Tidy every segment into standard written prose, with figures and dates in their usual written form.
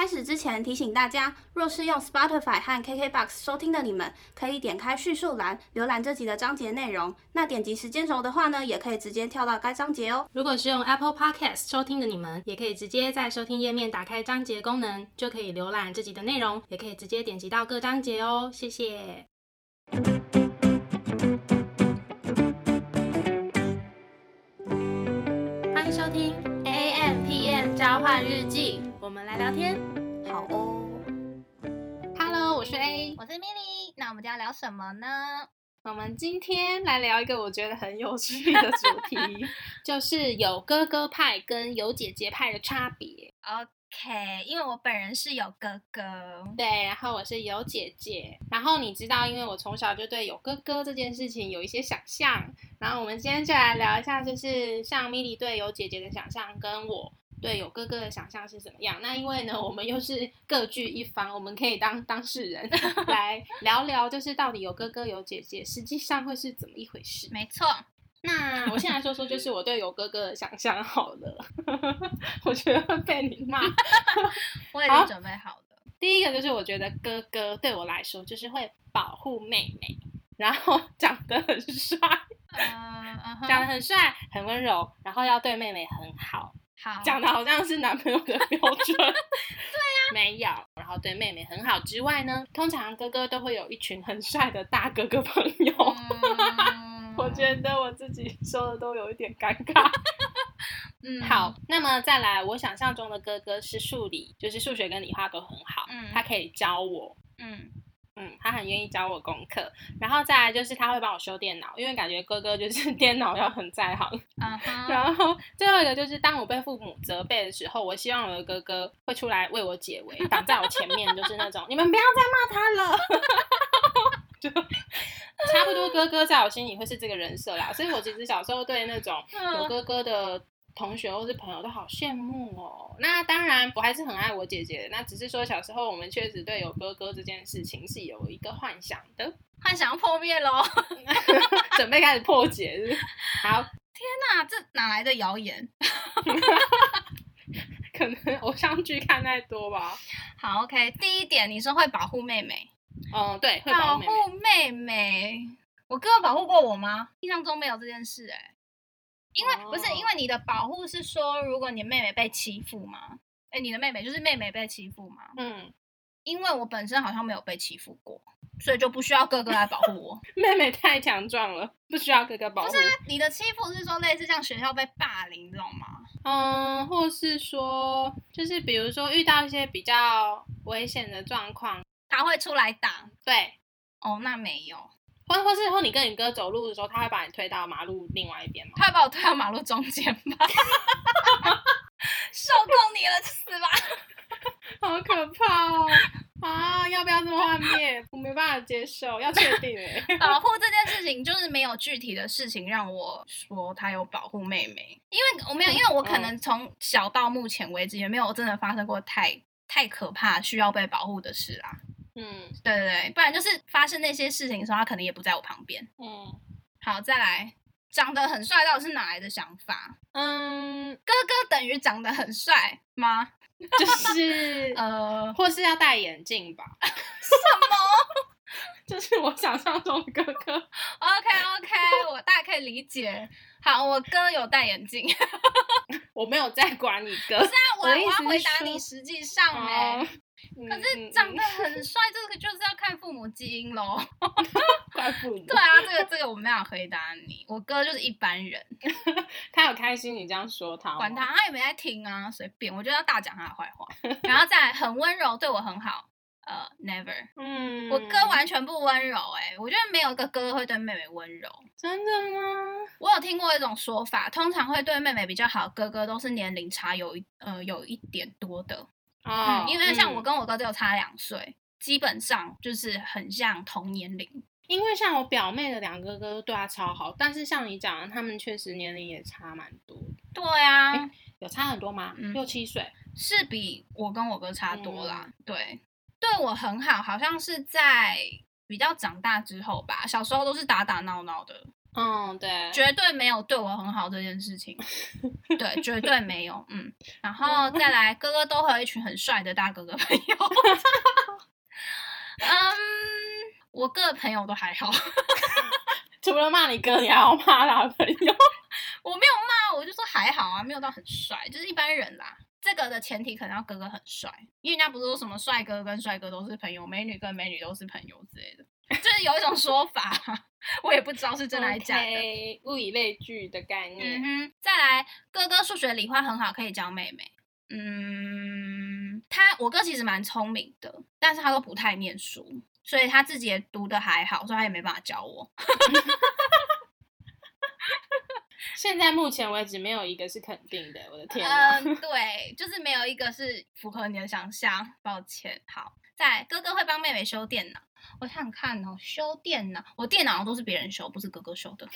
开始之前提醒大家，若是用 Spotify 和 KKBOX 收听的你们，可以点开叙述栏浏览这集的章节内容。那点击时间轴的话呢，也可以直接跳到该章节哦。 如果是用 Apple Podcast 收听的你们，也可以直接在收听页面打开章节功能，就可以浏览这集的内容，也可以直接点击到各章节哦。谢谢。欢迎收听 AM/PM 交换日记， 我们来聊天。 好哦。 Hello， 我是 A， 我是 Milly。那我们今天要聊什么呢？ 我们今天来聊一个我觉得很有趣的主题，就是有哥哥派跟有姐姐派的差别。 OK， 因为我本人是有哥哥， 对，然后我是有姐姐。然后你知道，因为我从小就对有哥哥这件事情有一些想象，然后我们今天就来聊一下，就是像 Milly 对有姐姐的想象，跟我对有哥哥的想象是怎么样。那因为呢，我们又是各据一方，我们可以当事人来聊聊，就是到底有哥哥有姐姐实际上会是怎么一回事。 没错。 那我现在说说，就是我对有哥哥的想象好了，我觉得会被你骂。 我已经准备好了。 第一个就是我觉得哥哥对我来说就是会保护妹妹，然后长得很帅，长得很帅，很温柔，然后要对妹妹很好。 好， 讲的好像是男朋友的标准。对啊，没有。然后对妹妹很好之外呢，通常哥哥都会有一群很帅的大哥哥朋友。我觉得我自己说的都有一点尴尬。好，那么再来，我想象中的哥哥是数理，就是数学跟理化都很好，他可以教我，他很愿意教我功课，然后再来就是他会帮我修电脑，因为感觉哥哥就是电脑要很在行。然后最后一个就是当我被父母责备的时候，我希望我的哥哥会出来为我解围，挡在我前面，就是那种你们不要再骂他了。就差不多哥哥在我心里会是这个人设啦，所以我其实小时候对那种有哥哥的同学或是朋友都好羡慕哦。那当然我还是很爱我姐姐的，那只是说小时候我们确实对有哥哥这件事情是有一个幻想的， 幻想破灭咯。 准备开始破解是不是？好， 天哪，这哪来的谣言？ 可能偶像剧看太多吧。 好 OK， 第一点你说会保护妹妹。 对，会保护妹妹。我哥有保护过我吗？印象中没有这件事因为不是因为你的保护是说，如果你妹妹被欺负吗？你的妹妹就是妹妹被欺负吗？因为我本身好像没有被欺负过，所以就不需要哥哥来保护我。 妹妹太强壮了，不需要哥哥保护。 不是啊，你的欺负是说类似像学校被霸凌这种吗？ 或是说，就是比如说遇到一些比较危险的状况， 他会出来挡。 对， 那没有。 或你跟你哥走路的时候，他会把你推到马路另外一边吗？ 他会把我推到马路中间吧。受够你了，死吧！ 好可怕哦！要不要这么幻灭？我没办法接受，要确定保护这件事情就是没有具体的事情让我说他有保护妹妹，因为我没有，因为我可能从小到目前为止也没有真的发生过太可怕需要被保护的事啦。对对对，不然就是发生那些事情的时候，他可能也不在我旁边。好，再来，长得很帅到底是哪来的想法？哥哥等于长得很帅吗？ 就是或是要戴眼镜吧？ 什么？ 就是我想象中的哥哥。 OK， 我大概可以理解。好，我哥有戴眼镜。 我没有在管你哥。 不是啊，我要回答你实际上可是长得很帅，这个就是要看父母基因咯。 怪父母。 对啊，这个我没办法回答你。我哥就是一般人。 他有开心你这样说他吗？ 管他也没在听啊，随便。我就要大讲他的坏话。然后再来很温柔，对我很好。Never。我哥完全不温柔我觉得没有一个哥哥会对妹妹温柔。 真的吗？ 我有听过一种说法，通常会对妹妹比较好，哥哥都是年龄差有一点多的。因为像我跟我哥只有差2岁，基本上就是很像同年龄。 因为像我表妹的2个哥哥都对她超好，但是像你讲的，他们确实年龄也差蛮多的。 对啊， 有差很多吗？6、7岁是比我跟我哥差多啦。对我很好，好像是在比较长大之后吧，小时候都是打打闹闹的。 对， 绝对没有对我很好这件事情，对，绝对没有，然后再来，哥哥都会有一群很帅的大哥哥朋友，我哥的朋友都还好， 除了骂你哥，你还要骂他的朋友？ 我没有骂，我就说还好啊，没有到很帅，就是一般人啦。这个的前提可能要哥哥很帅，因为人家不是说什么帅哥跟帅哥都是朋友，美女跟美女都是朋友之类的，就是有一种说法，我也不知道是真的还是假的。 物以类聚的概念。 再来，哥哥数学理化很好，可以教妹妹。我哥其实蛮聪明的，但是他都不太念书，所以他自己也读得还好，所以他也没办法教我。 现在目前为止没有一个是肯定的，我的天哪！ 对，就是没有一个是符合你的想象，抱歉。好，再来，哥哥会帮妹妹修电脑。我想想看哦，修电脑，我电脑都是别人修，不是哥哥修的。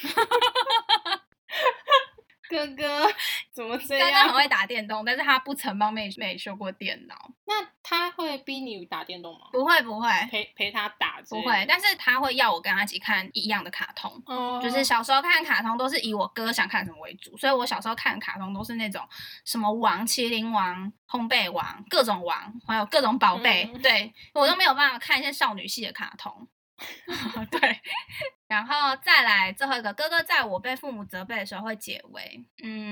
哥哥怎么这样？ 哥哥很会打电动，但是他不曾帮妹妹修过电脑。 那他会逼你打电动吗？ 不会， 陪他打不会，但是他会要我跟他一起看一样的卡通。就是小时候看卡通都是以我哥想看什么为主，所以我小时候看的卡通都是那种什么王、麒麟王、烘焙王、各种王，还有各种宝贝。对，我都没有办法看一些少女系的卡通。对，然后再来最后一个，哥哥在我被父母责备的时候会解围。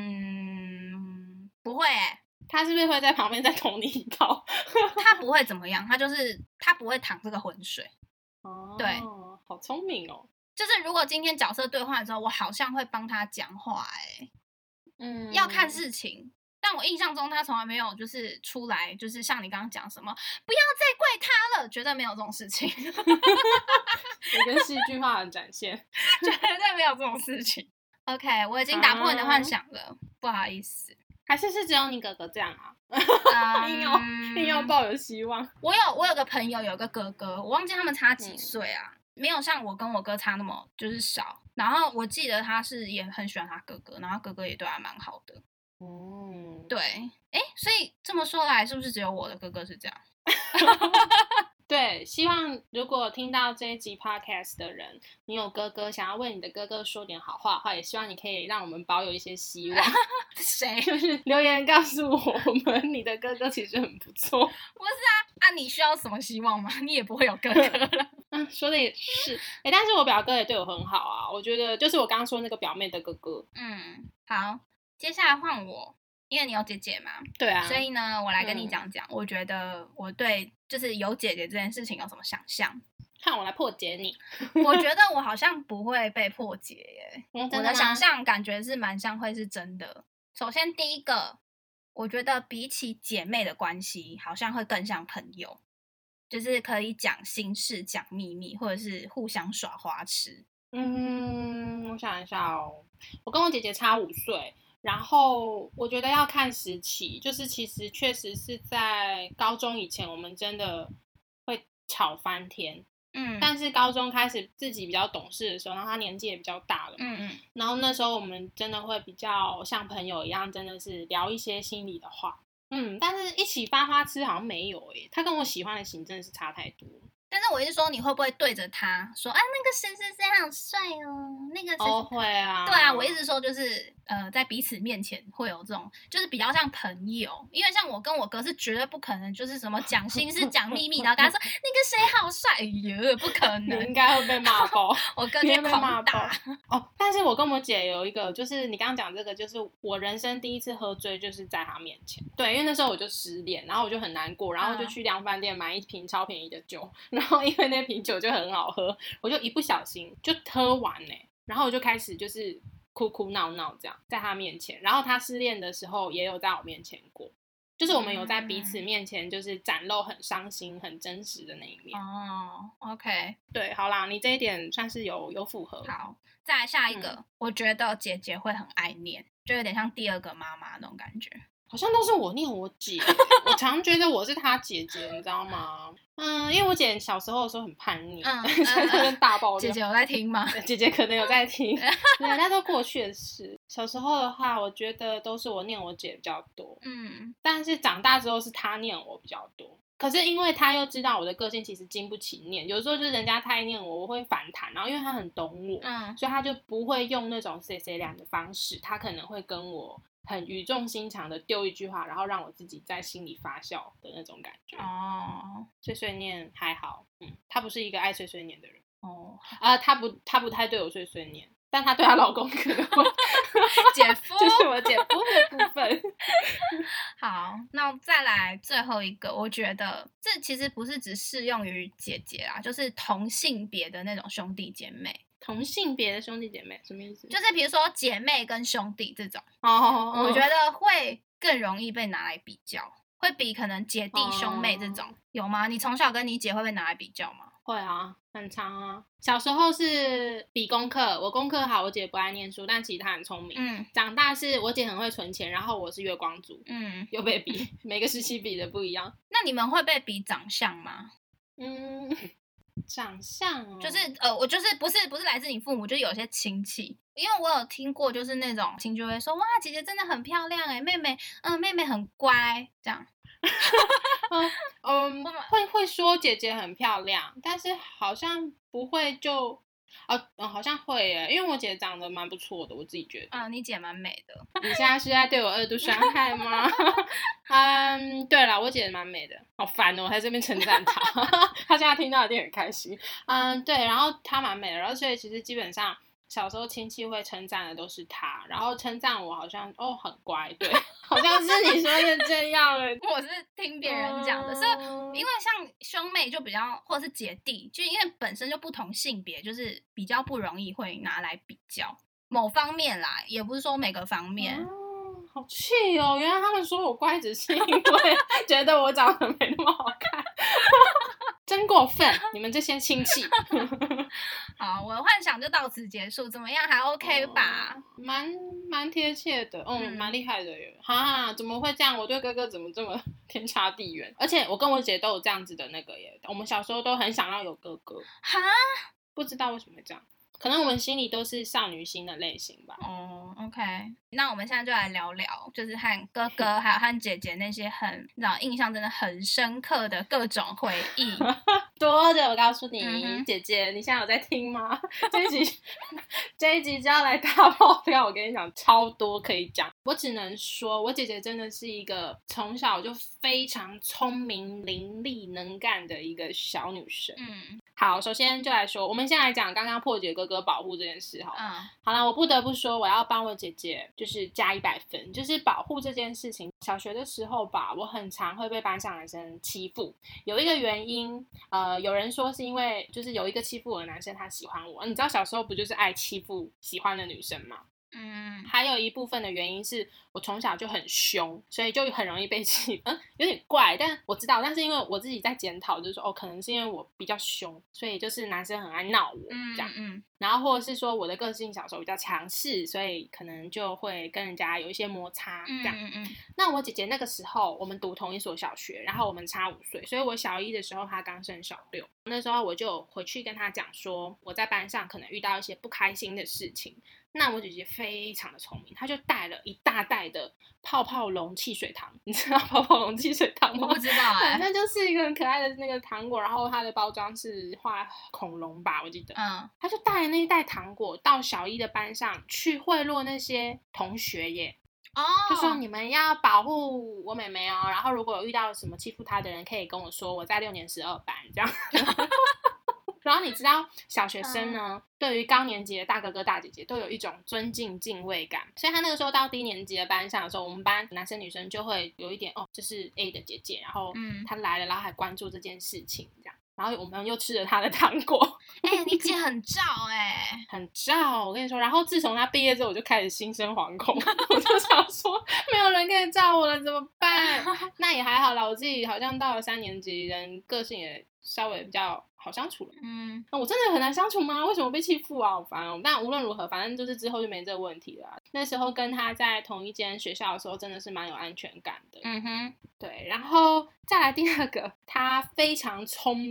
不会他是不是会在旁边再捅你一刀？ 他不会怎么样，他不会淌这个浑水。对， 好聪明哦。 就是如果今天角色对换的时候，我好像会帮他讲话。要看事情。但我印象中他从来没有就是出来，就是像你刚刚讲什么不要再怪他了，绝对没有这种事情。 也跟戏剧化的展现， 绝对没有这种事情。OK， 我已经打破你的幻想了，不好意思。 还是只有你哥哥这样啊？硬要抱有希望。 我有个朋友有个哥哥，我忘记他们差几岁啊，没有像我跟我哥差那么就是少。然后我记得他是也很喜欢他哥哥，然后哥哥也对他蛮好的。对，所以这么说来，是不是只有我的哥哥是这样？ 对，希望如果听到这一集 podcast 的人，你有哥哥，想要为你的哥哥说点好话的话，也希望你可以让我们保有一些希望。 谁？ 就是留言告诉我们，你的哥哥其实很不错。 不是啊，你需要什么希望吗？你也不会有哥哥了。 说的也是。但是我表哥也对我很好啊，我觉得就是我刚刚说那个表妹的哥哥。 好，接下来换我。因为你有姐姐嘛， 对啊， 所以呢，我来跟你讲讲，我觉得我对就是有姐姐这件事情有什么想象。 看我来破解你。 我觉得我好像不会被破解耶，我的想象感觉是蛮像会是真的。首先第一个，我觉得比起姐妹的关系，好像会更像朋友，就是可以讲心事、讲秘密，或者是互相耍花痴。 我想一下哦，我跟我姐姐差5岁。然后我觉得要看时期，就是其实确实是在高中以前，我们真的会吵翻天。但是高中开始自己比较懂事的时候，然后他年纪也比较大了嘛，然后那时候我们真的会比较像朋友一样，真的是聊一些心里的话。但是一起发花痴好像没有他跟我喜欢的型真的是差太多。 但是我一直说，你会不会对着他说，那个谁谁谁好帅哦，那个谁会啊， 对啊，我一直说就是在彼此面前会有这种，就是比较像朋友，因为像我跟我哥是绝对不可能就是什么讲心事、讲秘密，然后跟他说那个谁好帅，哎呦，不可能， 你应该会被骂爆， 我哥就狂打。 但是我跟我姐有一个，就是你刚刚讲这个，就是我人生第一次喝醉，就是在她面前。对，因为那时候我就失恋，然后我就很难过，然后就去量贩店买一瓶超便宜的酒。然后因为那瓶酒就很好喝，我就一不小心就喝完然后我就开始就是哭哭闹闹这样在他面前，然后他失恋的时候也有在我面前过，就是我们有在彼此面前就是展露很伤心很真实的那一面。 OK， 对，好啦，你这一点算是有符合。 好，再来下一个，我觉得姐姐会很爱念，就有点像第二个妈妈那种感觉。 好像都是我念我姐，我常觉得我是她姐姐，你知道吗？因为我姐小时候的时候很叛逆，跟大爆料。 姐姐有在听吗？ 姐姐可能有在听，对，那都过去的事。小时候的话，我觉得都是我念我姐比较多，但是长大之后是她念我比较多。 可是因为他又知道我的个性其实经不起念，有时候就是人家太念我会反弹，然后因为他很懂我，所以他就不会用那种碎碎念的方式，他可能会跟我很语重心长的丢一句话，然后让我自己在心里发笑的那种感觉。碎碎念还好，他不是一个爱碎碎念的人。他不太对我碎碎念，但他对她老公可能会姐夫就是我姐夫的部分。 好，那再来最后一个，我觉得这其实不是只适用于姐姐啦，就是同性别的那种兄弟姐妹。 同性别的兄弟姐妹什么意思？ 就是比如说姐妹跟兄弟这种，我觉得会更容易被拿来比较，会比可能姐弟兄妹这种，有吗？你从小跟你姐会被拿来比较吗？ 会啊，很常啊。小时候是比功课，我功课好，我姐不爱念书，但其实她很聪明。长大是我姐很会存钱，然后我是月光族，又被比，每个时期比的不一样。 那你们会被比长相吗？ 长相就是我就是不是来自你父母，就有些亲戚，因为我有听过，就是那种亲戚会说，哇，姐姐真的很漂亮妹妹很乖，这样。 会说姐姐很漂亮，但是好像不会就好像会耶，因为我姐长得蛮不错的，我自己觉得。 你姐蛮美的。 你现在是在对我2度伤害吗？对啦，我姐蛮美的，好烦哦，我在这边称赞她，她现在听到一定很开心。对，然后她蛮美的，然后所以其实基本上小时候亲戚会称赞的都是她，然后称赞我好像很乖，对，好像是你说的这样。 我是听别人讲的，所以因为像兄妹就比较，或者是姐弟，就因为本身就不同性别，就是比较不容易会拿来比较某方面啦，也不是说每个方面。 好气哦！原来他们说我乖，只是因为觉得我长得没那么好看。真过分！你们这些亲戚。 好，我的幻想就到此结束，怎么样？还 OK 吧？ 蛮贴切的，蛮厉害的耶。哈，怎么会这样？我对哥哥怎么这么天差地远？而且我跟我姐都有这样子的那个耶，我们小时候都很想要有哥哥。 哈， 不知道为什么会这样。可能我们心里都是少女心的类型吧。 OK， 那我们现在就来聊聊，就是和哥哥还有和姐姐那些印象真的很深刻的各种回忆。 多的，我告诉你，姐姐，你现在有在听吗？这一集就要来大爆料，我跟你讲，超多可以讲。我只能说，我姐姐真的是一个从小就非常聪明、伶俐、能干的一个小女生。好，首先就来说，我们先来讲刚刚破解哥哥保护这件事好了。好了，我不得不说，我要帮我姐姐就是加100分，就是保护这件事情。小学的时候吧，我很常会被班上男生欺负，有一个原因，有人说是因为就是有一个欺负我的男生他喜欢我，你知道小时候不就是爱欺负喜欢的女生吗？还有一部分的原因是我从小就很凶，所以就很容易被欺负。有点怪，但我知道，但是因为我自己在检讨，就是说可能是因为我比较凶，所以就是男生很爱闹我这样。然后或者是说我的个性小时候比较强势，所以可能就会跟人家有一些摩擦这样。那我姐姐那个时候我们读同一所小学，然后我们差5岁，所以我小1的时候她刚升小6，那时候我就回去跟她讲说我在班上可能遇到一些不开心的事情。那我姐姐非常的聪明，她就带了一大袋的泡泡龙汽水糖，你知道泡泡龙汽水糖吗？ 我不知道那就是一个很可爱的那个糖果，然后它的包装是画恐龙吧，我记得。她就带了那一袋糖果到小1的班上去贿赂那些同学耶。就说你们要保护我妹妹哦，然后如果有遇到什么欺负她的人，可以跟我说，我在6年12班这样。然后你知道小学生呢，对于高年级的大哥哥大姐姐都有一种尊敬敬畏感，所以他那个时候到低年级的班上的时候，我们班男生女生就会有一点这是 A 的姐姐，然后他来了，然后还关注这件事情这样。然后我们又吃了他的糖果。 你姐很照很照，我跟你说。然后自从他毕业之后，我就开始心生惶恐，我就想说没有人可以照我了，怎么办？那也还好啦，我自己好像到了3年级，人个性也稍微比较好相处了。我真的很难相处吗？为什么被欺负啊？好烦哦。但无论如何，反正就是之后就没这个问题了。那时候跟他在同一间学校的时候，真的是蛮有安全感的。对。然后再来第2个，他非常聪明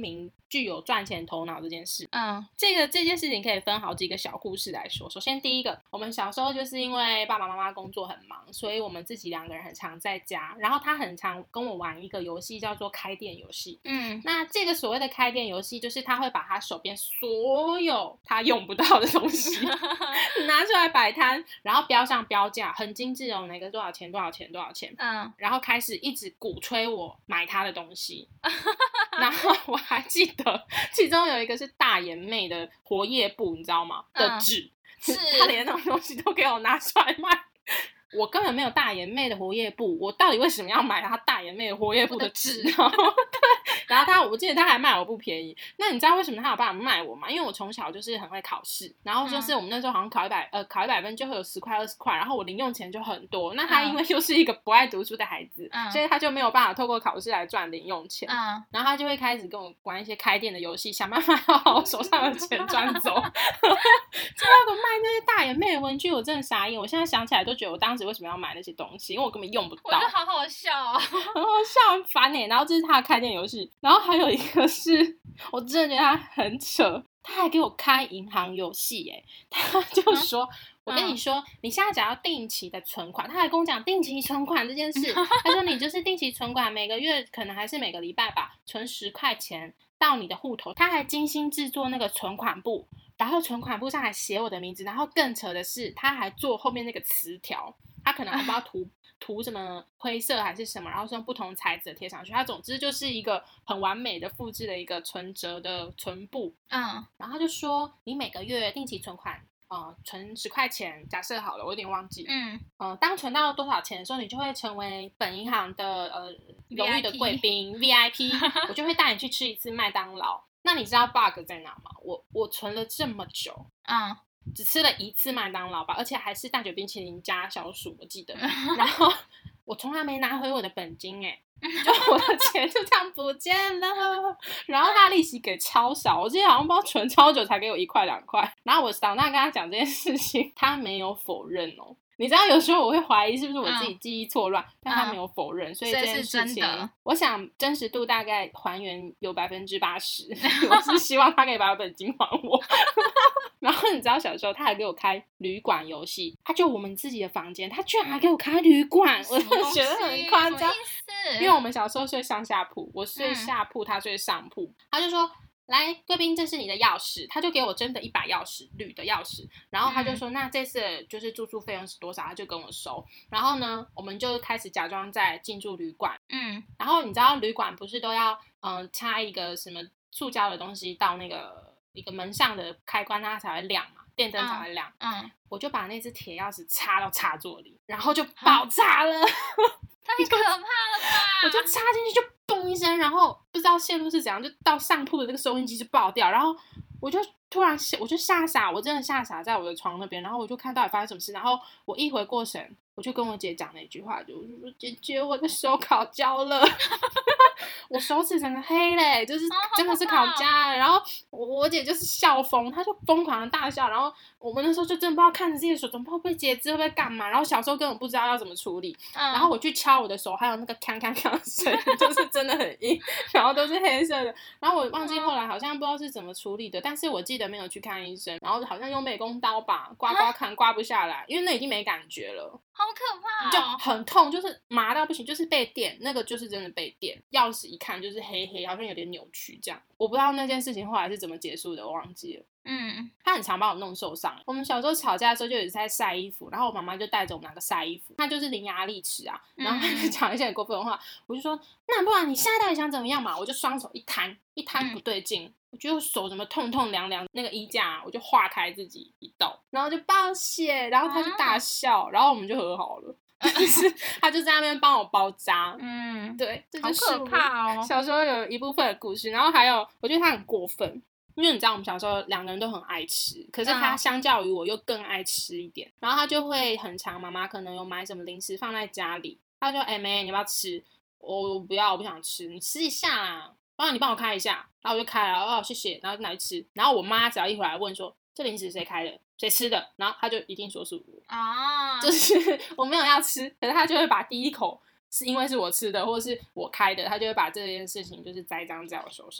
具有赚钱头脑这件事。这件事情可以分好几个小故事来说。首先第一个，我们小时候就是因为爸爸妈妈工作很忙，所以我们自己2个人很常在家，然后他很常跟我玩一个游戏叫做开店游戏。那这个所谓的开店游戏就是他会把他手边所有他用不到的东西拿出来摆摊，然后标上标价，很精致哦，哪个多少钱多少钱多少钱，然后开始一直鼓吹我买他的东西然后我还记得其中有一个是大眼妹的活页布，你知道吗？的纸，他连那种东西都给我拿出来卖。我根本没有大眼妹的活页布，我到底为什么要买他大眼妹的活页布的纸？然后我记得他还卖我不便宜。那你知道为什么他有办法卖我吗？因为我从小就是很会考试，然后就是我们那时候好像考100分就会有10块20块，然后我零用钱就很多。那他因为又是一个不爱读书的孩子，所以他就没有办法透过考试来赚零用钱。然后他就会开始跟我玩一些开店的游戏，想办法要把我手上的钱赚走。结果卖那些大眼妹的文具，我真的傻眼。我现在想起来都觉得我当时为什么要买那些东西，因为我根本用不到。 我觉得好好笑啊， 很好笑，很烦欸。然后这是他的开店游戏，然后还有一个是我真的觉得他很扯，他还给我开银行游戏耶。他就说我跟你说你现在只要定期的存款，他还跟我讲定期存款这件事。他说你就是定期存款，每个月可能还是每个礼拜吧，存10块钱到你的户头。他还精心制作那个存款簿，然后存款簿上还写我的名字，然后更扯的是他还做后面那个词条，他可能还不知道涂什么灰色还是什么，然后是用不同材质的贴上去。他总之就是一个很完美的复制的一个存折的存簿。然后他就说你每个月定期存款存10块钱，假设好了，我有点忘记。当存到多少钱的时候，你就会成为本银行的荣誉的贵宾 VIP 我就会带你去吃一次麦当劳。那你知道 bug 在哪吗？我存了这么久，只吃了1次麦当劳吧，而且还是大雪冰淇淋加小薯，我记得。然后我从来没拿回我的本金欸，就我的钱就这样不见了。然后他利息给超少，我记得好像不知道存超久才给我1块2块。然后我长大跟他讲这件事情，他没有否认哦。你知道有时候我会怀疑是不是我自己记忆错乱，但他没有否认，所以这件事情我想真实度大概还原有80%。我是希望他可以把本金还我。然后你知道小时候他还给我开旅馆游戏，他就我们自己的房间，他居然还给我开旅馆，我真的觉得很夸张。因为我们小时候睡上下铺，我睡下铺，他睡上铺。他就说来贵宾，这是你的钥匙，他就给我真的1把钥匙，铝的钥匙。然后他就说那这次就是住宿费用是多少，他就跟我收。然后呢我们就开始假装在进驻旅馆。然后你知道旅馆不是都要插一个什么塑胶的东西到那个一个门上的开关，它才会亮嘛，电灯才会亮。我就把那只铁钥匙插到插座里，然后就爆炸了。 太可怕了吧！ 我就插进去就嘣一声，然后不知道线路是怎样，就到上铺的那个收音机就爆掉，然后我就突然我就吓傻，我真的吓傻在我的床那边，然后我就看到底发生什么事，然后我一回过神，我就跟我姐讲那句话，就说姐姐，我的手烤焦了。我手指整个黑嘞，就是真的是烤焦了。然后我姐就是笑疯，她就疯狂的大笑。然后我们那时候就真的不知道看着自己的手怎么会被截肢，会不会干嘛。然后小时候根本不知道要怎么处理。然后我去敲我的手，还有那个锵锵锵的声音，就是真的很硬，然后都是黑色的。然后我忘记后来好像不知道是怎么处理的，但是我记得没有去看医生。然后好像用美工刀吧，刮看刮不下来，因为那已经没感觉了。 好可怕就很痛，就是麻到不行，就是被电，那个就是真的被电。钥匙一看就是黑黑，好像有点扭曲这样。我不知道那件事情后来是怎么结束的，我忘记了。他很常把我弄受伤。我们小时候吵架的时候就有一次在晒衣服，然后我妈妈就带着我们2个晒衣服，她就是伶牙俐齿啊，然后她就讲一些很过分的话。我就说那不然你现在到底想怎么样嘛？我就双手一摊不对劲。我觉得我手怎么痛痛凉凉，那个衣架我就划开自己一道，然后就爆血，然后他就大笑，然后我们就和好了。就是他就在那边帮我包扎。对，这就是好可怕哦。 小时候有一部分的故事，然后还有我觉得他很过分，因为你知道我们小时候2个人都很爱吃，可是他相较于我又更爱吃一点。然后他就会很常，妈妈可能有买什么零食放在家里，他就说妹你要不要吃？我不要，我不想吃，你吃一下啦。然后你帮我开一下，然后我就开了，谢谢，然后就拿去吃。然后我妈只要一回来问说这零食谁开的，谁吃的，然后他就一定说是我。就是我没有要吃，可是他就会把第一口是因为是我吃的或是我开的，他就会把这件事情就是栽赃在我手上。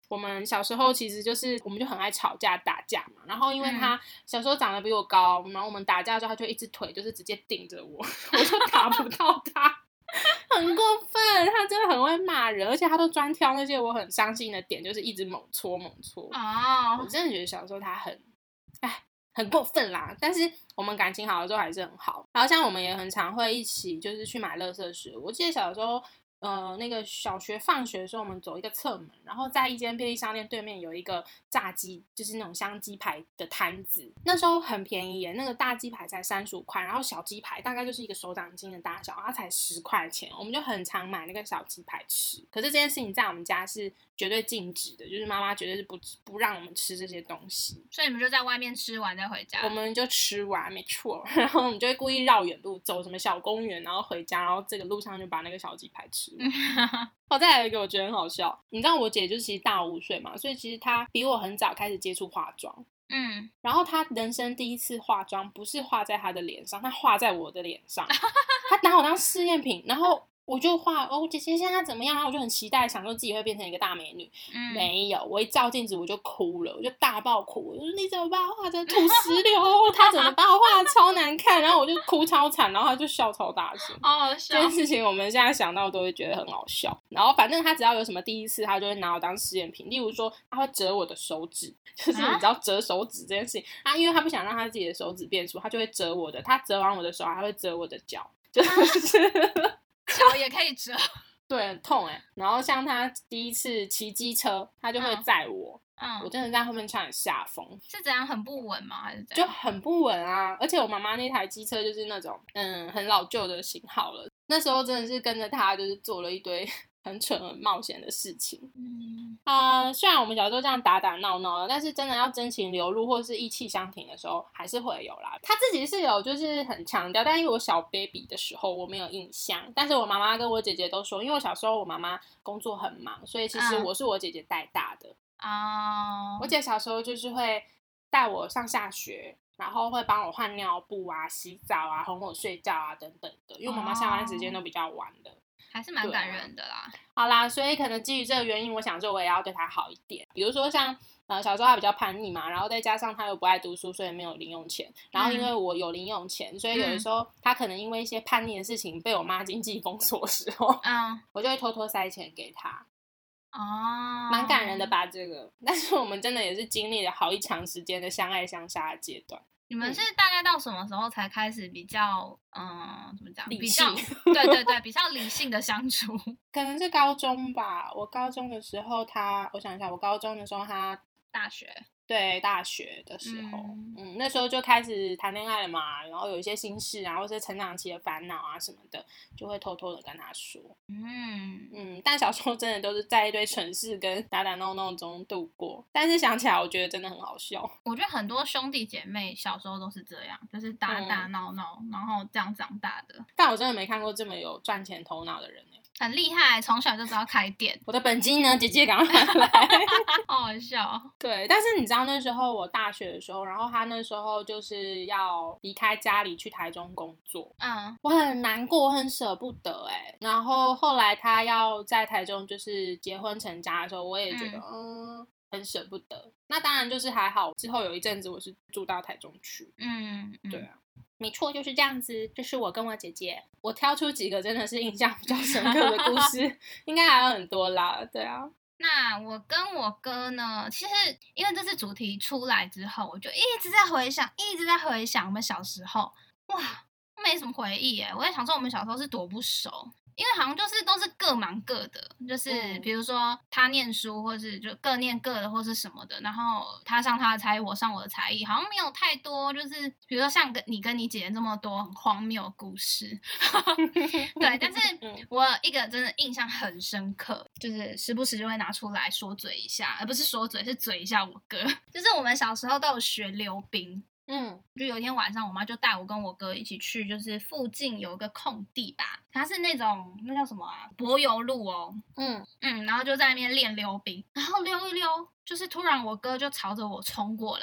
我们小时候其实我们就很爱吵架打架嘛，然后因为他小时候长得比我高，然后我们打架的时候他就一只腿就是直接顶着我，我就打不到他，很过分，他真的很会骂人，而且他都专挑那些我很伤心的点，就是一直猛戳。我真的觉得小时候他很过分啦，但是我们感情好的时候还是很好。然后像我们也很常会一起就是去买垃圾食物。我记得小时候那个小学放学的时候，我们走一个侧门，然后在一间便利商店对面有一个炸鸡，就是那种香鸡排的摊子。那时候很便宜耶，那个大鸡排才35块，然后小鸡排大概就是一个手掌心的大小，它才10块钱。我们就很常买那个小鸡排吃。可是这件事情在我们家是绝对禁止的，就是妈妈绝对是不让我们吃这些东西。 所以你们就在外面吃完再回家？ 我们就吃完，没错。然后我们就会故意绕远路，走什么小公园，然后回家，然后这个路上就把那个小鸡排吃完。再来一个我觉得很好笑，你知道我姐就是其实大我5岁嘛，所以其实她比我很早开始接触化妆。然后她人生第一次化妆不是画在她的脸上，她画在我的脸上，她拿我当试验品，然后我就画姐姐现在怎么样，然后我就很期待想说自己会变成一个大美女。没有，我一照镜子我就哭了，我就大爆哭，我说你怎么把我画成土石流，他怎么把我画得超难看，然后我就哭超惨，然后他就笑超大声。 好笑， 这件事情我们现在想到都会觉得很好笑。然后反正他只要有什么第一次，他就会拿我当试验品，例如说他会折我的手指，就是你知道折手指这件事情因为他不想让他自己的手指变粗，他就会折我的，他折完我的手还会折我的脚，就是脚也可以折， 对，很痛然后像他第一次骑机车，他就会载我，我真的在后面差点吓疯。 是怎样，很不稳吗？还是怎样？就很不稳啊！而且我妈妈那台机车就是那种很老旧的型号了，那时候真的是跟着他就是做了一堆很蠢很冒险的事情。虽然我们小时候这样打打闹闹的，但是真的要真情流露或是意气相挺的时候还是会有啦。他自己是有就是很强调，但因为我小 baby 的时候我没有印象，但是我妈妈跟我姐姐都说，因为我小时候我妈妈工作很忙，所以其实我是我姐姐带大的。我姐小时候就是会带我上下学，然后会帮我换尿布啊、洗澡啊、哄我睡觉啊等等的，因为我妈妈下班时间都比较晚的。 还是蛮感人的啦。 好啦，所以可能基于这个原因，我想说我也要对她好一点。比如说像小时候她比较叛逆嘛，然后再加上她又不爱读书，所以没有零用钱。然后因为我有零用钱，所以有的时候她可能因为一些叛逆的事情被我妈经济封锁的时候，我就会偷偷塞钱给她。蛮感人的吧这个？但是我们真的也是经历了好一长时间的相爱相杀的阶段。 你们是大概到什么时候才开始比较怎么讲？ 理性？ 对，比较理性的相处。 可能是高中吧。我高中的时候我想一下，我高中的时候他大学。 对，大学的时候，那时候就开始谈恋爱了嘛，然后有一些心事啊，或是成长期的烦恼啊什么的，就会偷偷的跟他说。但小时候真的都是在一堆蠢事跟打打闹闹中度过，但是想起来我觉得真的很好笑。 我觉得很多兄弟姐妹小时候都是这样，就是打打闹闹，然后这样长大的。 但我真的没看过这么有赚钱头脑的人很厉害，从小就知道开店。 我的本金呢？姐姐赶快来。 好好笑。 对，但是你知道那时候我大学的时候，然后他那时候就是要离开家里去台中工作。我很难过，我很舍不得然后后来他要在台中就是结婚成家的时候，我也觉得很舍不得。那当然就是还好，之后有一阵子我是住到台中去。对啊。没错，就是这样子。这是我跟我姐姐，我挑出几个真的是印象比较深刻的故事，应该还有很多啦。对啊， 那我跟我哥呢，其实因为这次主题出来之后，我就一直在回想我们小时候，哇，没什么回忆我在想说我们小时候是多不熟。因为好像就是都是各忙各的，就是比如说他念书，或是就各念各的，或是什么的。然后他上他的才艺，我上我的才艺，好像没有太多，就是比如说像你跟你姐姐这么多很荒谬的故事。对，但是我一个真的印象很深刻，就是时不时就会拿出来说嘴一下，而不是说嘴，是嘴一下我哥。就是我们小时候都有学溜冰。就有一天晚上，我妈就带我跟我哥一起去，就是附近有一个空地吧，它是那种那叫什么柏油路哦。然后就在那边练溜冰，然后溜一溜，就是突然我哥就朝着我冲过来，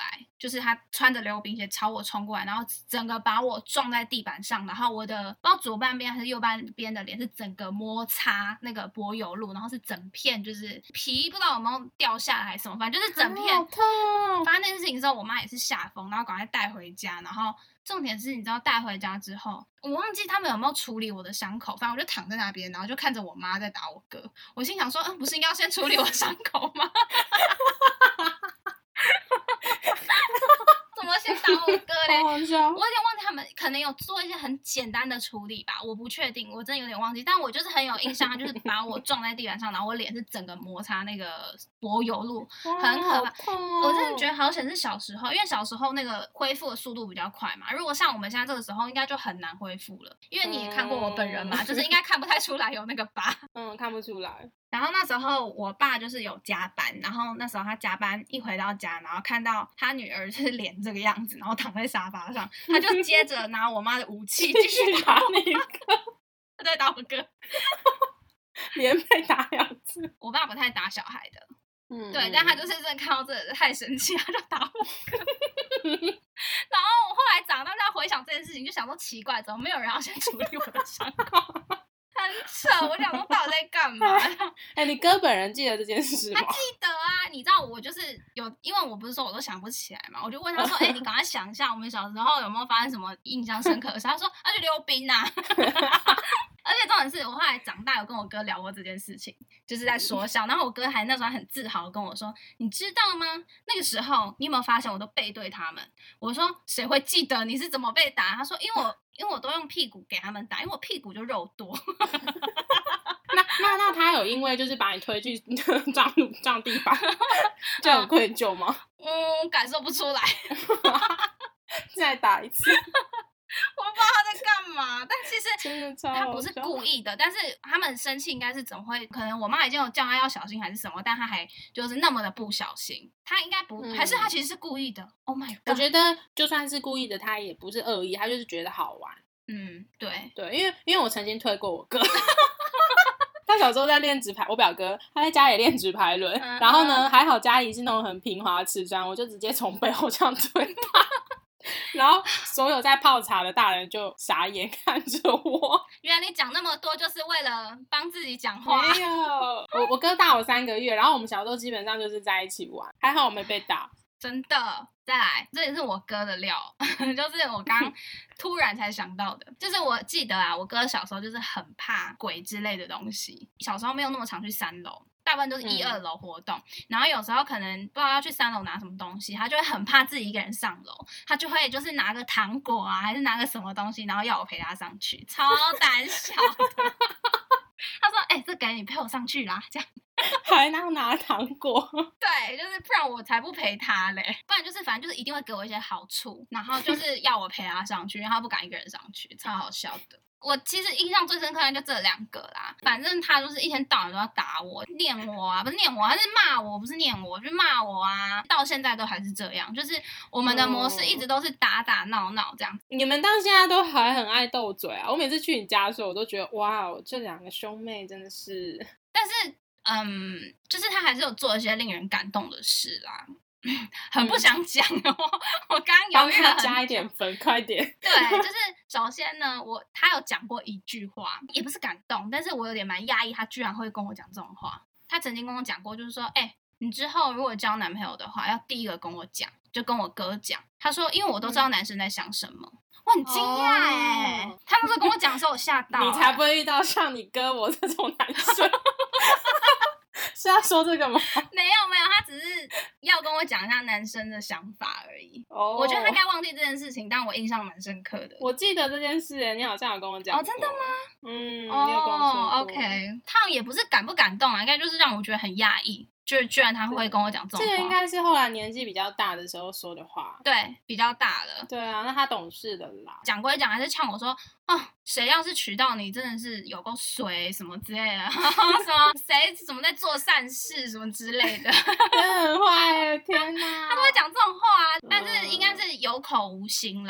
就是他穿着溜冰鞋朝我冲过来，然后整个把我撞在地板上，然后我的不知道左半边还是右半边的脸是整个摩擦那个柏油路，然后是整片就是皮不知道有没有掉下来还是什么，反正就是整片。 好痛！ 发生这件事情之后，我妈也是吓疯，然后赶快带回家，然后重点是你知道带回家之后，我忘记他们有没有处理我的伤口，反正我就躺在那边，然后就看着我妈在打我哥，我心想说，不是应该要先处理我的伤口吗？怎么先打我哥嘞？ 好好笑。 我有点忘记他们可能有做一些很简单的处理吧，我不确定，我真的有点忘记。但我就是很有印象，他就是把我撞在地板上，然后我脸是整个摩擦那个柏油路，很可怕。我真的觉得好险是小时候，因为小时候那个恢复的速度比较快嘛。如果像我们现在这个时候，应该就很难恢复了。因为你也看过我本人嘛，就是应该看不太出来有那个疤。 看不出来。 然后那时候我爸就是有加班，然后那时候他加班一回到家，然后看到他女儿就是脸这个样子，然后躺在沙发上，他就接着拿我妈的武器继续打你哥， 他在打我哥， 连被打2次。 我爸不太打小孩的，对，但他就是真的看到这个太生气，他就打我哥。然后我后来长大就要回想这件事情，就想说奇怪，怎么没有人要先处理我的伤口？很扯，我想说到底在干嘛？ 你哥本人记得这件事吗？ 他记得啊，你知道我就是有，因为我不是说我都想不起来嘛，我就问他说，你赶快想一下，我们小时候有没有发生什么印象深刻的事？他说，就溜冰啊。而且重点是我后来长大有跟我哥聊过这件事情，就是在说笑，然后我哥还那时候很自豪跟我说，你知道吗？那个时候你有没有发现我都背对他们？我说谁会记得你是怎么被打？他说因为我都用屁股给他们打，因为我屁股就肉多。 那他有因为就是把你推去撞地板，就很愧疚吗？ 感受不出来。 再打一次。 我不知道他在干嘛，但其实真的超他不是故意的，但是他们生气应该是怎么会？可能我妈已经有叫他要小心还是什么，但他还就是那么的不小心，他应该不，还是他其实是故意的 ？Oh my god！ 我觉得就算是故意的，他也不是恶意，他就是觉得好玩。 对， 因为我曾经推过我哥。他小时候在练直排，我表哥他在家里练直排轮，然后呢还好家里是那种很平滑的瓷砖，我就直接从背后这样推他。然后所有在泡茶的大人就傻眼看着我。 原来你讲那么多就是为了帮自己讲话。 没有，我哥大我3个月，然后我们小时候基本上就是在一起玩，还好我没被打。 真的，再来，这也是我哥的料，就是我刚突然才想到的，就是我记得啊，我哥小时候就是很怕鬼之类的东西，小时候没有那么常去3楼。大部分都是1、2楼活动，然后有时候可能不知道要去3楼拿什么东西，他就会很怕自己一个人上楼，他就会就是拿个糖果啊，还是拿个什么东西，然后要我陪他上去，超胆小的。他说：“这给你陪我上去啦。”这样还拿糖果。 对，就是不然我才不陪他嘞，不然就是反正就是一定会给我一些好处，然后就是要我陪他上去，因为他不敢一个人上去，超好笑的。我其实印象最深刻的就这2个啦，反正他就是一天到晚都要打我、念我啊，不是念我，他是骂我，不是念我，就骂我啊，到现在都还是这样，就是我们的模式一直都是打打闹闹这样。 你们到现在都还很爱斗嘴啊！我每次去你家的时候，我都觉得哇，这2个兄妹真的是…… 但是就是他还是有做一些令人感动的事啦。很不想讲哦，我刚刚犹豫了很久。 加一点分，快点。 对，就是首先呢，他有讲过一句话，也不是感动，但是我有点蛮讶异，他居然会跟我讲这种话。他曾经跟我讲过，就是说，你之后如果交男朋友的话，要第一个跟我讲，就跟我哥讲。他说，因为我都知道男生在想什么。我很惊讶他那时候跟我讲的时候，我吓到。 你才不会遇到像你哥我这种男生。是要说这个吗？ 没有，他只是要跟我讲一下男生的想法而已。我觉得他应该忘记这件事情，但我印象蛮深刻的。 我记得这件事你好像有跟我讲过。 真的吗？ 你有跟我说过。 OK， 他也不是感不感动啊，应该就是让我觉得很讶异。就是居然他会跟我讲这种话， 这个应该是后来年纪比较大的时候说的话。 对，比较大了。 对啊，那他懂事的啦。 讲归讲，还是呛我说，谁要是娶到你，真的是有够衰什么之类的，什么谁怎么在做善事什么之类的， 真的很坏，天哪！ 他都会讲这种话啊，但是应该是有口无心啦。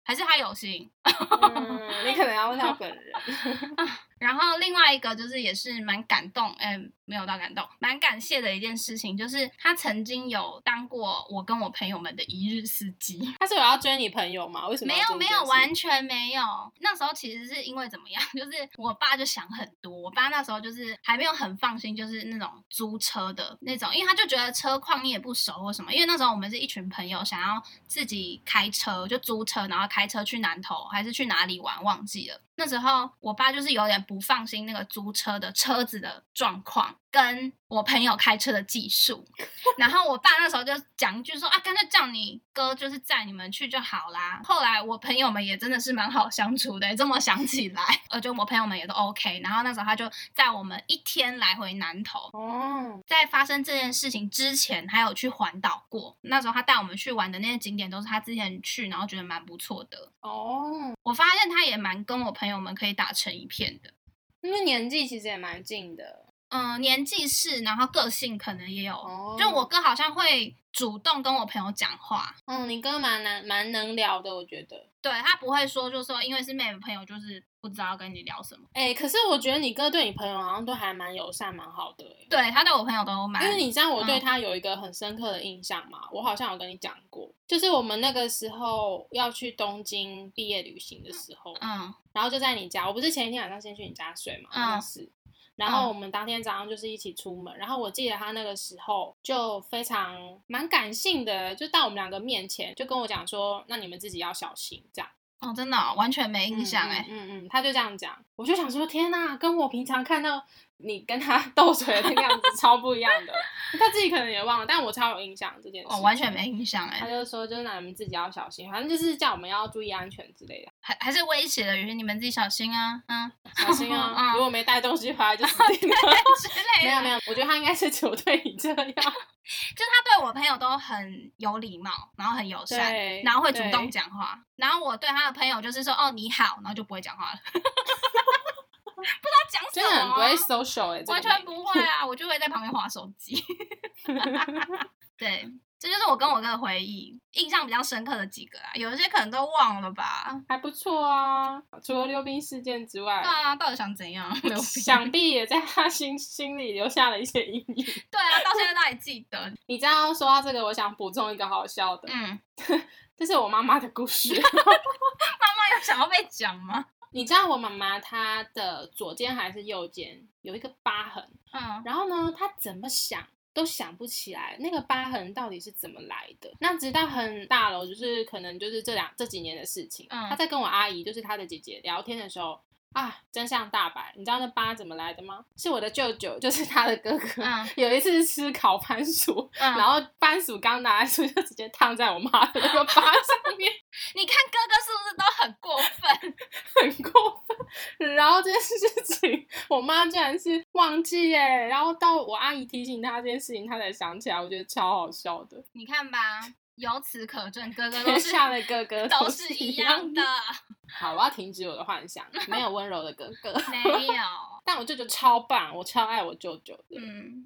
还是他有心？ 你可能要问他本人。 然后另外一个就是也是蛮感动，没有到感动，蛮感谢的一件事情，就是他曾经有当过我跟我朋友们的一日司机。 他是有要追你朋友吗？为什么要做这件事？ 没有，完全没有。那时候其实是因为怎么样，就是我爸就想很多，我爸那时候就是还没有很放心，就是那种租车的那种，因为他就觉得车况你也不熟或什么，因为那时候我们是一群朋友想要自己开车，就租车，然后开车去南投还是去哪里玩忘记了。那时候我爸就是有点不放心那个租车的车子的状况跟我朋友开车的技术，然后我爸那时候就讲一句说啊，干脆叫你哥就是载你们去就好啦。后来我朋友们也真的是蛮好相处的，这么想起来就我朋友们也都 OK， 然后那时候他就载我们一天来回南投。在发生这件事情之前还有去环岛过，那时候他带我们去玩的那些景点都是他之前去然后觉得蛮不错的。我发现他也蛮跟我朋友们可以打成一片的， 因为年纪其实也蛮近的。 年纪是，然后个性可能也有，就我哥好像会主动跟我朋友讲话。 你哥蛮能聊的，我觉得。 对，他不会说就是说因为是妹妹朋友就是不知道要跟你聊什么。 可是我觉得你哥对你朋友好像都还蛮友善蛮好的。 对，他对我朋友都蛮， 因为你知道我对他有一个很深刻的印象嘛，我好像有跟你讲过，就是我们那个时候要去东京毕业旅行的时候，然后就在你家，我不是前一天晚上先去你家睡嘛，然后我们当天早上就是一起出门，然后我记得他那个时候就非常蛮感性的，就到我们两个面前就跟我讲说，那你们自己要小心这样。 真的完全没印象他就这样讲，我就想说天哪，跟我平常看到你跟他斗嘴的那个样子超不一样的。他自己可能也忘了，但我超有印象这件事。 完全没印象他就说就是那你们自己要小心，反正就是叫我们要注意安全之类的， 还是威胁的语气，你们自己小心啊， 小心啊，如果没带东西回来就死定了之类的。 没有，我觉得他应该是只有对你这样。 就是他对我朋友都很有礼貌，然后很友善，然后会主动讲话，然后我对他的朋友就是说你好，然后就不会讲话了。不知道讲什么， 真的很不会 social 完全不会啊，我就会在旁边滑手机。对，这就是我跟我哥的回忆，印象比较深刻的几个啊，有一些可能都忘了吧。 还不错啊，除了溜冰事件之外。 对啊，到底想怎样？ 想必也在他心里留下了一些阴影。 对啊，到现在都还记得。 你知道说到这个，我想补充一个好笑的。这是我妈妈的故事。妈妈有想要被讲吗？ 你知道我妈妈她的左肩还是右肩有一个疤痕，然后呢，她怎么想都想不起来那个疤痕到底是怎么来的。那直到很大了，就是可能就是这几年的事情，她在跟我阿姨，就是她的姐姐聊天的时候真相大白。你知道那疤怎么来的吗？是我的舅舅，就是他的哥哥，有一次吃烤番薯，然后番薯刚拿来就直接烫在我妈的那个疤上面。 你看哥哥是不是都很过分？ 很过分。然后这件事情我妈竟然是忘记耶，然后到我阿姨提醒她这件事情她才想起来，我觉得超好笑的。你看吧，由此可证，哥哥都是下的哥哥都是一样的。 好，我要停止我的幻想，没有温柔的哥哥。 没有。 但我舅舅超棒，我超爱我舅舅的。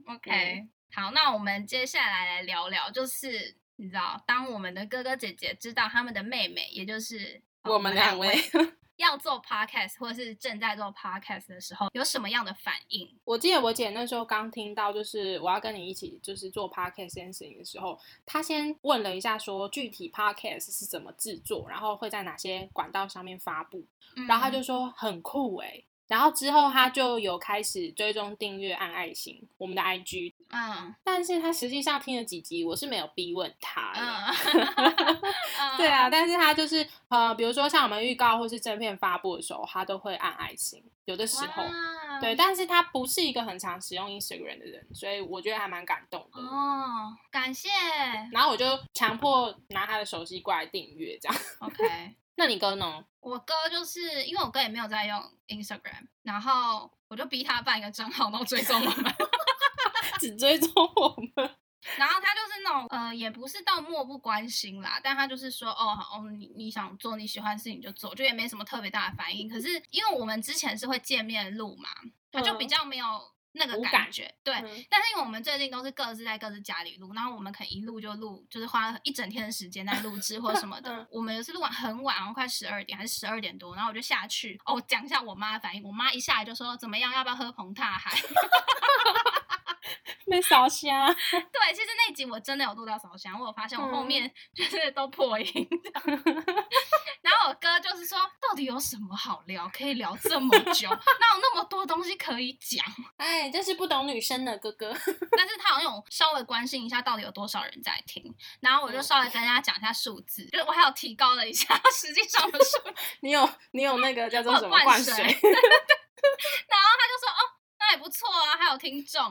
OK。好，那我们接下来聊聊，就是你知道，当我们的哥哥姐姐知道他们的妹妹，也就是我们两位要做 podcast 或者是正在做 podcast 的时候，有什么样的反应？ 我记得我姐那时候刚听到就是我要跟你一起就是做 podcast 这件事情的时候，她先问了一下说具体 podcast 是怎么制作，然后会在哪些管道上面发布，然后她就说很酷耶。然后之后他就有开始追踪订阅按爱心我们的 IG，但是他实际上听了几集我是没有逼问他的。对啊，但是他就是比如说像我们预告或是正片发布的时候他都会按爱心，有的时候对，但是他不是一个很常使用 Instagram 的人，所以我觉得还蛮感动的。 感谢。 然后我就强迫拿他的手机过来订阅这样。 OK。 那你哥呢？ 我哥就是因为我哥也没有在用 Instagram， 然后我就逼他办一个账号，然后追踪我们。 只追踪我们。 然后他就是那种也不是到漠不关心啦，但他就是说好你想做你喜欢的事情就做，就也没什么特别大的反应。可是因为我们之前是会见面录嘛，他就比较没有那个感觉，对。但是因为我们最近都是各自在各自家里录，然后我们可能一录就录，就是花了一整天的时间在录制或什么的。我们有次录完很晚，快12点还是12点多，然后我就下去。我讲一下我妈的反应，我妈一下来就说怎么样，要不要喝红塔海？ 没烧香。 对，其实那集我真的有录到烧香，我有发现我后面就是都破音。然后我哥就是说，到底有什么好聊，可以聊这么久，哪有那么多东西可以讲？ 哎，真是不懂女生的哥哥。 但是他好像有稍微关心一下到底有多少人在听，然后我就稍微跟大家讲一下数字，就我还有提高了一下实际上的数字。 你有那个叫做什么灌水？然后他就说那也不错啊，还有听众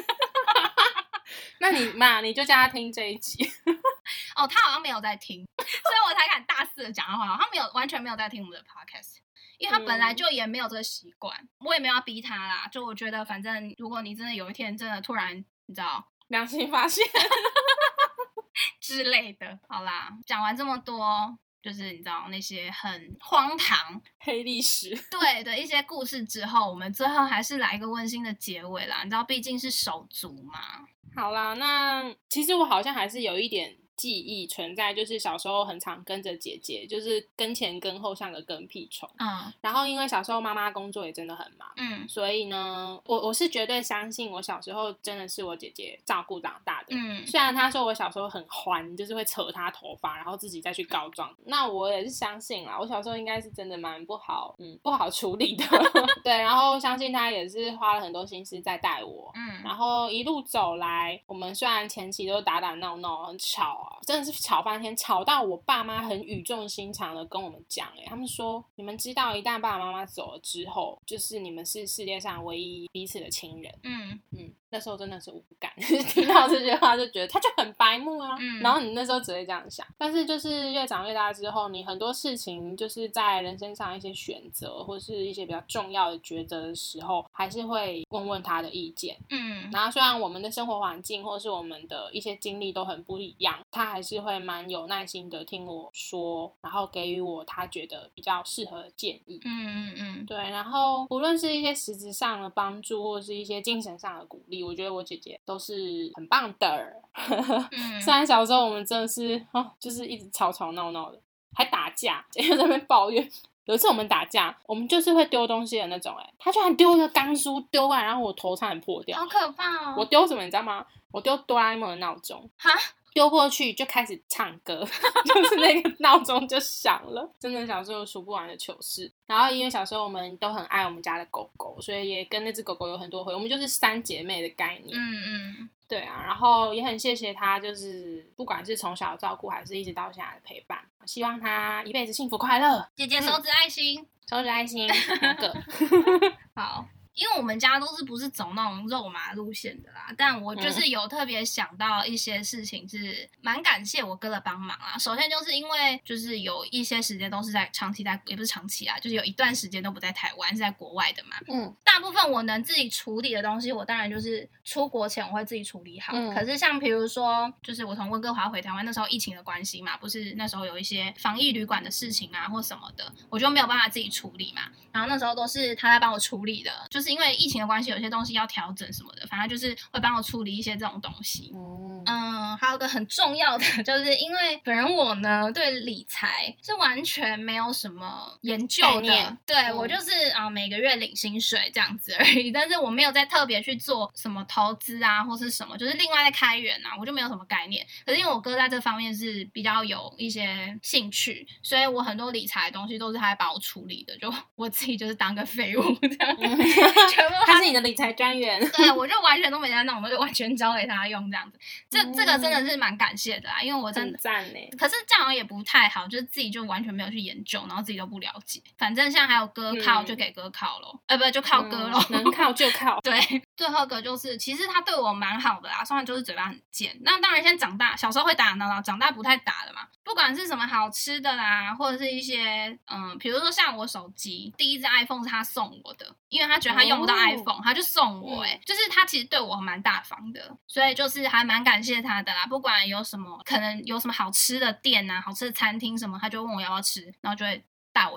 那你就叫他听这一集。 他好像没有在听，所以我才敢大肆的讲的话，他完全没有在听我们的 podcast， 因为他本来就也没有这个习惯，我也没有要逼他啦。就我觉得，反正如果你真的有一天真的突然你知道良心发现之类的，好啦，讲完这么多。就是你知道那些很荒唐黑历史对的一些故事之后，我们最后还是来一个温馨的结尾啦。你知道毕竟是手足嘛。 好啦，那其实我好像还是有一点记忆存在，就是小时候很常跟着姐姐，就是跟前跟后像个跟屁虫。然后因为小时候妈妈工作也真的很忙，所以呢，我是绝对相信我小时候真的是我姐姐照顾长大的。虽然她说我小时候很欢，就是会扯她头发，然后自己再去告状，那我也是相信啦。我小时候应该是真的蛮不好处理的。对，然后相信她也是花了很多心思在带我。然后一路走来，我们虽然前期都打打闹闹很吵真的是吵翻天，吵到我爸妈很语重心长的跟我们讲他们说你们知道一旦爸爸妈妈走了之后，就是你们是世界上唯一彼此的亲人。那时候真的是无感，听到这句话就觉得他就很白目啊。然后你那时候只会这样想，但是就是越长越大之后，你很多事情就是在人生上一些选择或是一些比较重要的抉择的时候，还是会问他的意见。然后虽然我们的生活环境或是我们的一些经历都很不一样，他还是会蛮有耐心的听我说，然后给予我他觉得比较适合的建议。对，然后无论是一些实质上的帮助或是一些精神上的鼓励，我觉得我姐姐都是很棒的。虽然小时候我们真的是就是一直吵吵闹闹的，还打架，姐姐在那边抱怨。有一次我们打架，我们就是会丢东西的那种他居然丢一个钢书丢过来，然后我头差点破掉， 好可怕我丢什么你知道吗？我丢哆啦 A 梦的闹钟。丢过去就开始唱歌，就是那个闹钟就响了。真的小时候有数不完的糗事。然后因为小时候我们都很爱我们家的狗狗，所以也跟那只狗狗有很多回忆，我们就是3姐妹的概念。对啊，然后也很谢谢她，就是不管是从小照顾还是一直到现在的陪伴，希望她一辈子幸福快乐。 姐姐手指爱心， 手指爱心2个。 好。因为我们家都是不是走那种肉麻路线的啦，但我就是有特别想到一些事情是蛮感谢我哥的帮忙啦。首先就是因为就是有一些时间都是长期在，也不是长期啦，就是有一段时间都不在台湾，是在国外的嘛。大部分我能自己处理的东西，我当然就是出国前我会自己处理好。可是像比如说，就是我从温哥华回台湾那时候疫情的关系嘛，不是那时候有一些防疫旅馆的事情啊或什么的，我就没有办法自己处理嘛。然后那时候都是他在帮我处理的，就是因为疫情的关系，有些东西要调整什么的，反正就是会帮我处理一些这种东西。还有一个很重要的，就是因为本人我呢对理财是完全没有什么研究的，对我就是每个月领薪水这样子而已，但是我没有在特别去做什么投资啊或是什么，就是另外在开源啊，我就没有什么概念。可是因为我哥在这方面是比较有一些兴趣，所以我很多理财的东西都是他在帮我处理的，就我自己就是当个废物这样。全部他是你的理财专员。 对，我就完全都没在弄，我就完全交给他用这样子。这个真的是蛮感谢的啦，因为我真的很赞耶。 可是这样也不太好，就是自己就完全没有去研究，然后自己都不了解。反正现在还有哥靠，就给哥靠咯。不就靠哥咯。 能靠就靠。 对，最后一个就是其实他对我蛮好的啦，虽然就是嘴巴很贱。那当然现在长大，小时候会打打闹闹，长大不太打了嘛。不管是什么好吃的啦，或者是一些比如说像我手机第一只 iPhone 是他送我的，因为他觉得他用不到 iPhone，他就送我就是他其实对我蛮大方的，所以就是还蛮感谢他的啦。不管有什么可能有什么好吃的店啊，好吃的餐厅什么，他就问我要不要吃，然后就会带我去吃。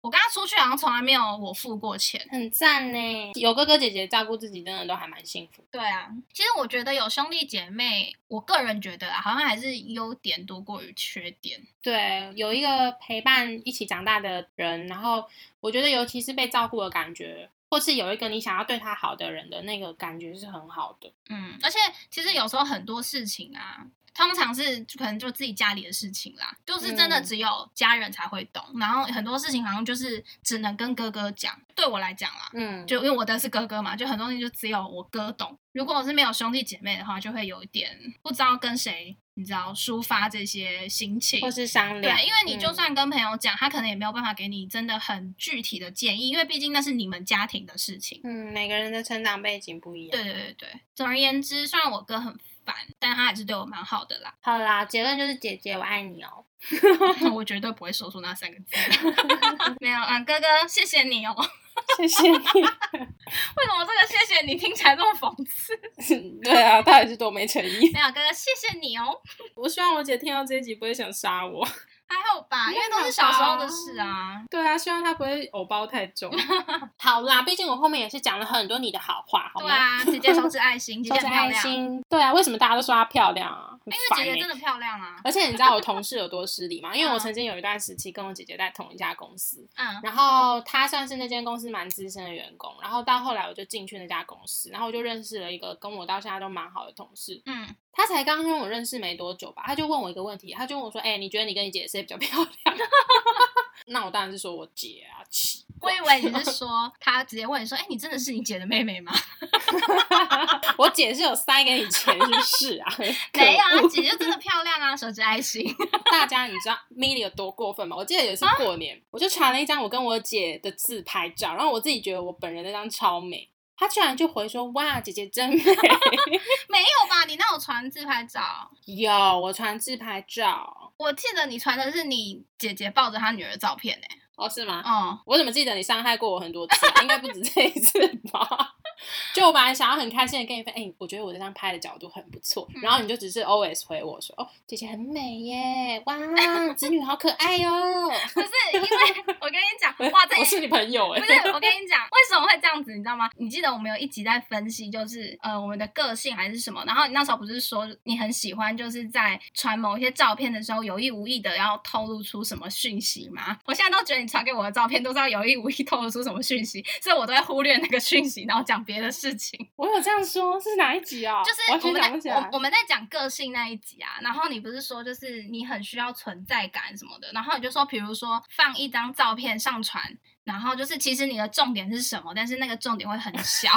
我跟他出去好像从来没有我付过钱， 很赞呢。有哥哥姐姐照顾自己，真的都还蛮幸福。 对啊，其实我觉得有兄弟姐妹，我个人觉得好像还是优点多过于缺点。 对，有一个陪伴一起长大的人，然后我觉得尤其是被照顾的感觉，或是有一个你想要对他好的人的那个感觉是很好的。 而且其实有时候很多事情啊，通常是可能就自己家里的事情啦，就是真的只有家人才会懂，然后很多事情好像就是只能跟哥哥讲。对我来讲啦，就因为我的是哥哥嘛，就很多东西就只有我哥懂。如果我是没有兄弟姐妹的话，就会有一点不知道跟谁，你知道抒发这些心情， 或是商量。 对，因为你就算跟朋友讲，他可能也没有办法给你真的很具体的建议，因为毕竟那是你们家庭的事情。 每个人的成长背景不一样。 对。总而言之，虽然我哥很烦，但他还是对我蛮好的啦。 好啦，结论就是姐姐我爱你哦。 我绝对不会说出那3个字。没有啊，哥哥谢谢你哦。 谢谢你。为什么这个谢谢你听起来这么讽刺？ 对啊，他也是多没诚意。 没有，哥哥谢谢你哦。 我希望我姐听到这一集不会想杀我。 还好吧，因为都是小时候的事啊。 对啊，希望他不会偶包太重。好啦，毕竟我后面也是讲了很多你的好话，好吗？ 对啊，姐姐手指爱心，姐姐很漂亮。 对啊，为什么大家都说她漂亮啊？ 因为姐姐真的漂亮啊。 而且你知道我同事有多失礼吗？因为我曾经有一段时期跟我姐姐在同一家公司，然后她算是那间公司蛮资深的员工，然后到后来我就进去那家公司，然后我就认识了一个跟我到现在都蛮好的同事。他才刚跟我认识没多久吧，他就问我一个问题，他就问我说：“你觉得你跟你姐谁比较漂亮？”那我当然是说我姐啊，奇怪。 我以为你是说他直接问你说：“你真的是你姐的妹妹吗？” 我姐是有塞给你钱是不是啊？ 没有啊，姐就真的漂亮啊，手指爱心。 大家你知道 Milly 有多过分吗？我记得有一次过年，我就传了一张我跟我姐的自拍照，然后我自己觉得我本人那张超美。他居然就回说：“哇，姐姐真美。”没有吧？你那有传自拍照？ 有，我传自拍照。 我记得你传的是你姐姐抱着她女儿的照片哦，是吗？我怎么记得你伤害过我很多次啊？应该不止这一次吧？就我本来想要很开心的跟你分享，我觉得我这张拍的角度很不错，然后你就只是 always 回我说：“哦，姐姐很美耶，哇，子女好可爱哦。” 不是，因为我跟你讲，哇， 我是你朋友不是，我跟你讲，为什么会这样子，你知道吗？你记得我们有一集在分析，就是我们的个性还是什么，然后你那时候不是说你很喜欢，就是在传某一些照片的时候有意无意的要透露出什么讯息吗？我现在都觉得你传给我的照片都是要有意无意透露出什么讯息，所以我都会忽略那个讯息，然后讲别的事情。 我有这样说，是哪一集啊？ 就是我们在讲个性那一集啊，然后你不是说就是你很需要存在感什么的，然后你就说比如说放一张照片上传，然后就是其实你的重点是什么，但是那个重点会很小。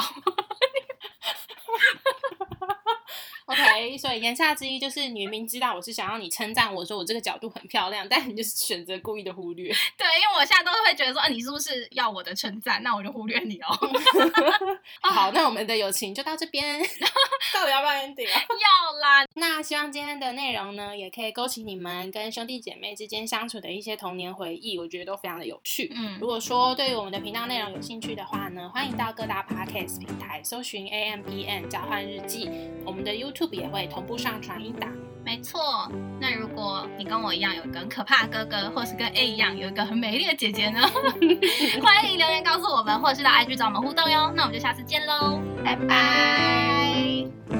OK， 所以言下之意就是你明明知道我是想要你称赞我说我这个角度很漂亮，但你就是选择故意的忽略。 对，因为我现在都会觉得说，你是不是要我的称赞？那我就忽略你哦。 好，那我们的友情就到这边。到底要不要 ending 啊？ 要啦。 那希望今天的内容呢，也可以勾起你们跟兄弟姐妹之间相处的一些童年回忆，我觉得都非常的有趣。如果说对于我们的频道内容有兴趣的话呢，欢迎到各大 podcast 平台搜寻 AMPN 交换日记，我们的 YouTube 也会同步上传音档。 没错，那如果你跟我一样有一个很可怕的哥哥，或是跟 A 一样有一个很美丽的姐姐呢，欢迎留言告诉我们，或者是到 IG 找我们互动哟。那我们就下次见喽，拜拜。